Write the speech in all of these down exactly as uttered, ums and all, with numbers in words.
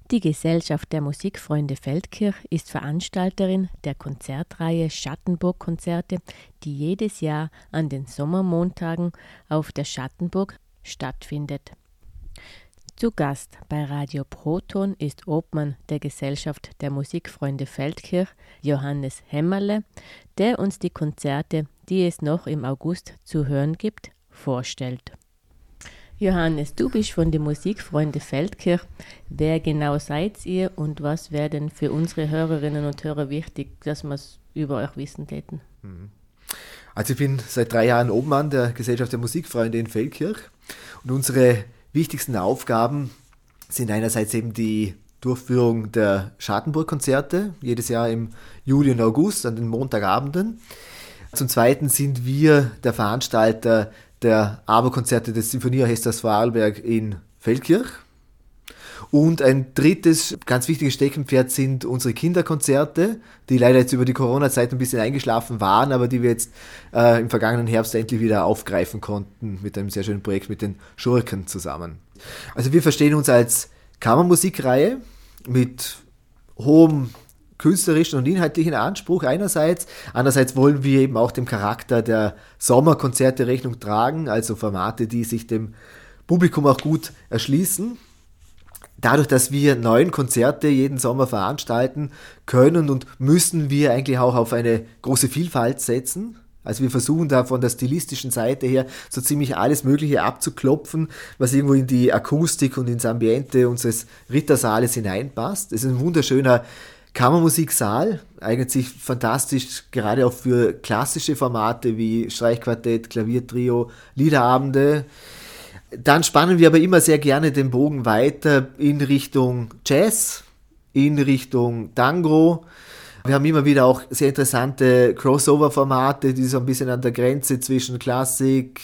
Die Gesellschaft der Musikfreunde Feldkirch ist Veranstalterin der Konzertreihe Schattenburg-Konzerte, die jedes Jahr an den Sommermontagen auf der Schattenburg stattfindet. Zu Gast bei Radio Proton ist Obmann der Gesellschaft der Musikfreunde Feldkirch, Johannes Hämmerle, der uns die Konzerte, die es noch im August zu hören gibt, vorstellt. Johannes, du bist von den Musikfreunde Feldkirch. Wer genau seid ihr und was wäre denn für unsere Hörerinnen und Hörer wichtig, dass wir es über euch wissen täten? Also ich bin seit drei Jahren Obmann der Gesellschaft der Musikfreunde in Feldkirch und unsere wichtigsten Aufgaben sind einerseits eben die Durchführung der Schattenburg-Konzerte, jedes Jahr im Juli und August an den Montagabenden. Zum Zweiten sind wir der Veranstalter der Abendkonzerte des Sinfonieorchesters Vorarlberg in Feldkirch. Und ein drittes, ganz wichtiges Steckenpferd sind unsere Kinderkonzerte, die leider jetzt über die Corona-Zeit ein bisschen eingeschlafen waren, aber die wir jetzt äh, im vergangenen Herbst endlich wieder aufgreifen konnten mit einem sehr schönen Projekt mit den Schurken zusammen. Also wir verstehen uns als Kammermusikreihe mit hohem künstlerischen und inhaltlichen Anspruch einerseits. Andererseits wollen wir eben auch dem Charakter der Sommerkonzerte Rechnung tragen, also Formate, die sich dem Publikum auch gut erschließen. Dadurch, dass wir neun Konzerte jeden Sommer veranstalten können und müssen wir eigentlich auch auf eine große Vielfalt setzen. Also wir versuchen da von der stilistischen Seite her so ziemlich alles Mögliche abzuklopfen, was irgendwo in die Akustik und ins Ambiente unseres Rittersaales hineinpasst. Es ist ein wunderschöner Kammermusiksaal, eignet sich fantastisch gerade auch für klassische Formate wie Streichquartett, Klaviertrio, Liederabende. Dann spannen wir aber immer sehr gerne den Bogen weiter in Richtung Jazz, in Richtung Tango. Wir haben immer wieder auch sehr interessante Crossover-Formate, die so ein bisschen an der Grenze zwischen Klassik,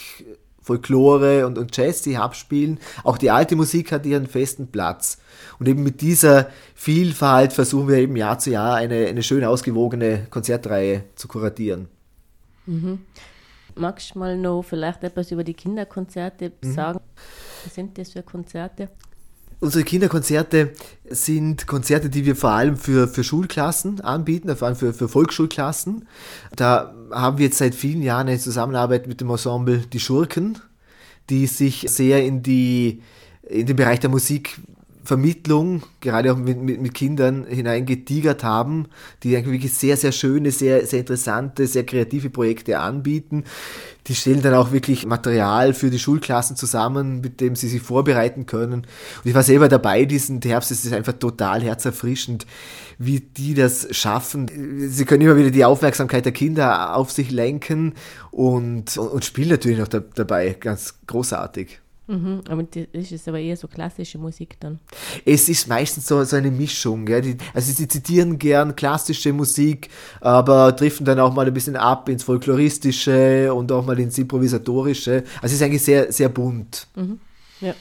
Folklore und, und Jazz sich abspielen. Auch die alte Musik hat ihren festen Platz. Und eben mit dieser Vielfalt versuchen wir eben Jahr zu Jahr eine, eine schön ausgewogene Konzertreihe zu kuratieren. Mhm. Magst du mal noch vielleicht etwas über die Kinderkonzerte sagen? Mhm. Was sind das für Konzerte? Unsere Kinderkonzerte sind Konzerte, die wir vor allem für, für Schulklassen anbieten, vor allem für, für Volksschulklassen. Da haben wir jetzt seit vielen Jahren eine Zusammenarbeit mit dem Ensemble Die Schurken, die sich sehr in, die, in den Bereich der Musikvermittlung, gerade auch mit, mit, mit Kindern hineingetigert haben, die eigentlich wirklich sehr, sehr schöne, sehr, sehr interessante, sehr kreative Projekte anbieten. Die stellen dann auch wirklich Material für die Schulklassen zusammen, mit dem sie sich vorbereiten können. Und ich war selber dabei diesen Herbst, es ist einfach total herzerfrischend, wie die das schaffen. Sie können immer wieder die Aufmerksamkeit der Kinder auf sich lenken und, und, und spielen natürlich noch da, dabei ganz großartig. Mhm, aber das ist aber eher so klassische Musik dann. Es ist meistens so, so eine Mischung. Gell? Die, also sie zitieren gern klassische Musik, aber driften dann auch mal ein bisschen ab ins Folkloristische und auch mal ins Improvisatorische. Also es ist eigentlich sehr, sehr bunt. Mhm. Ja.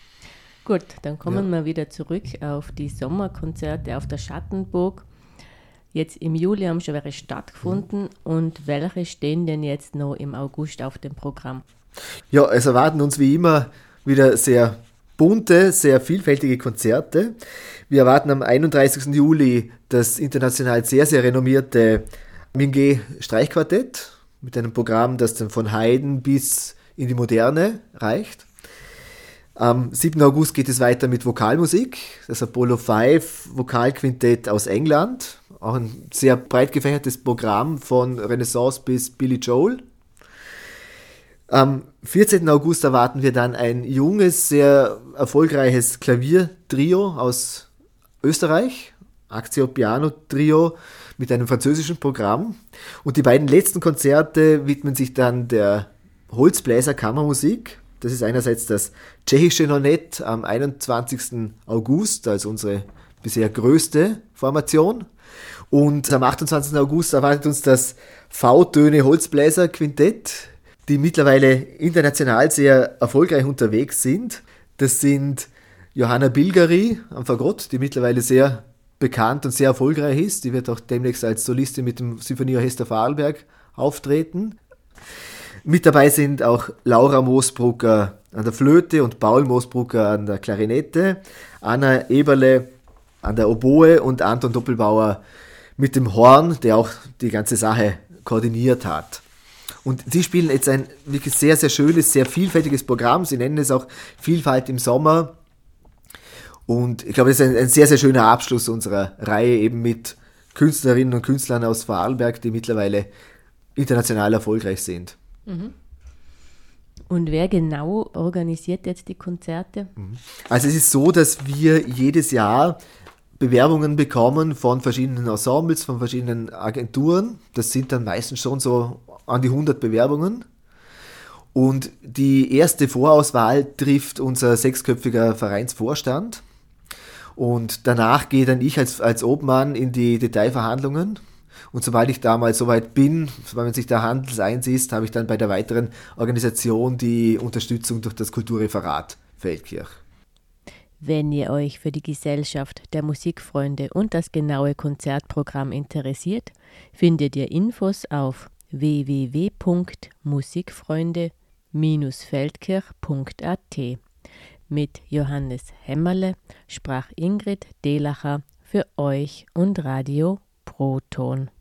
Gut, dann kommen ja. wir wieder zurück auf die Sommerkonzerte auf der Schattenburg. Jetzt im Juli haben schon welche stattgefunden. Mhm. Und welche stehen denn jetzt noch im August auf dem Programm? Ja, es erwarten uns wie immer wieder sehr bunte, sehr vielfältige Konzerte. Wir erwarten am einunddreißigsten Juli das international sehr, sehr renommierte Minguet Streichquartett mit einem Programm, das dann von Haydn bis in die Moderne reicht. Am siebten August geht es weiter mit Vokalmusik, das Apollo fünf Vokalquintett aus England. Auch ein sehr breit gefächertes Programm von Renaissance bis Billy Joel. Am vierzehnten August erwarten wir dann ein junges, sehr erfolgreiches Klaviertrio aus Österreich, Actio Piano Trio mit einem französischen Programm. Und die beiden letzten Konzerte widmen sich dann der Holzbläser-Kammermusik. Das ist einerseits das tschechische Nonett am einundzwanzigsten August, also unsere bisher größte Formation. Und am achtundzwanzigsten August erwartet uns das V-Töne-Holzbläser-Quintett, die mittlerweile international sehr erfolgreich unterwegs sind. Das sind Johanna Bilgeri am Fagott, die mittlerweile sehr bekannt und sehr erfolgreich ist. Die wird auch demnächst als Solistin mit dem Sinfonieorchester Vorarlberg auftreten. Mit dabei sind auch Laura Moosbrucker an der Flöte und Paul Moosbrucker an der Klarinette, Anna Eberle an der Oboe und Anton Doppelbauer mit dem Horn, der auch die ganze Sache koordiniert hat. Und sie spielen jetzt ein wirklich sehr, sehr schönes, sehr vielfältiges Programm. Sie nennen es auch Vielfalt im Sommer. Und ich glaube, das ist ein, ein sehr, sehr schöner Abschluss unserer Reihe eben mit Künstlerinnen und Künstlern aus Vorarlberg, die mittlerweile international erfolgreich sind. Und wer genau organisiert jetzt die Konzerte? Also es ist so, dass wir jedes Jahr Bewerbungen bekommen von verschiedenen Ensembles, von verschiedenen Agenturen. Das sind dann meistens schon so an die hundert Bewerbungen. Und die erste Vorauswahl trifft unser sechsköpfiger Vereinsvorstand. Und danach gehe dann ich als, als Obmann in die Detailverhandlungen. Und sobald ich da mal soweit bin, sobald man sich da handelseins ist, habe ich dann bei der weiteren Organisation die Unterstützung durch das Kulturreferat Feldkirch. Wenn ihr euch für die Gesellschaft der Musikfreunde und das genaue Konzertprogramm interessiert, findet ihr Infos auf w w w punkt musikfreunde Bindestrich feldkirch punkt a t. Mit Johannes Hämmerle sprach Ingrid Delacher für euch und Radio Proton.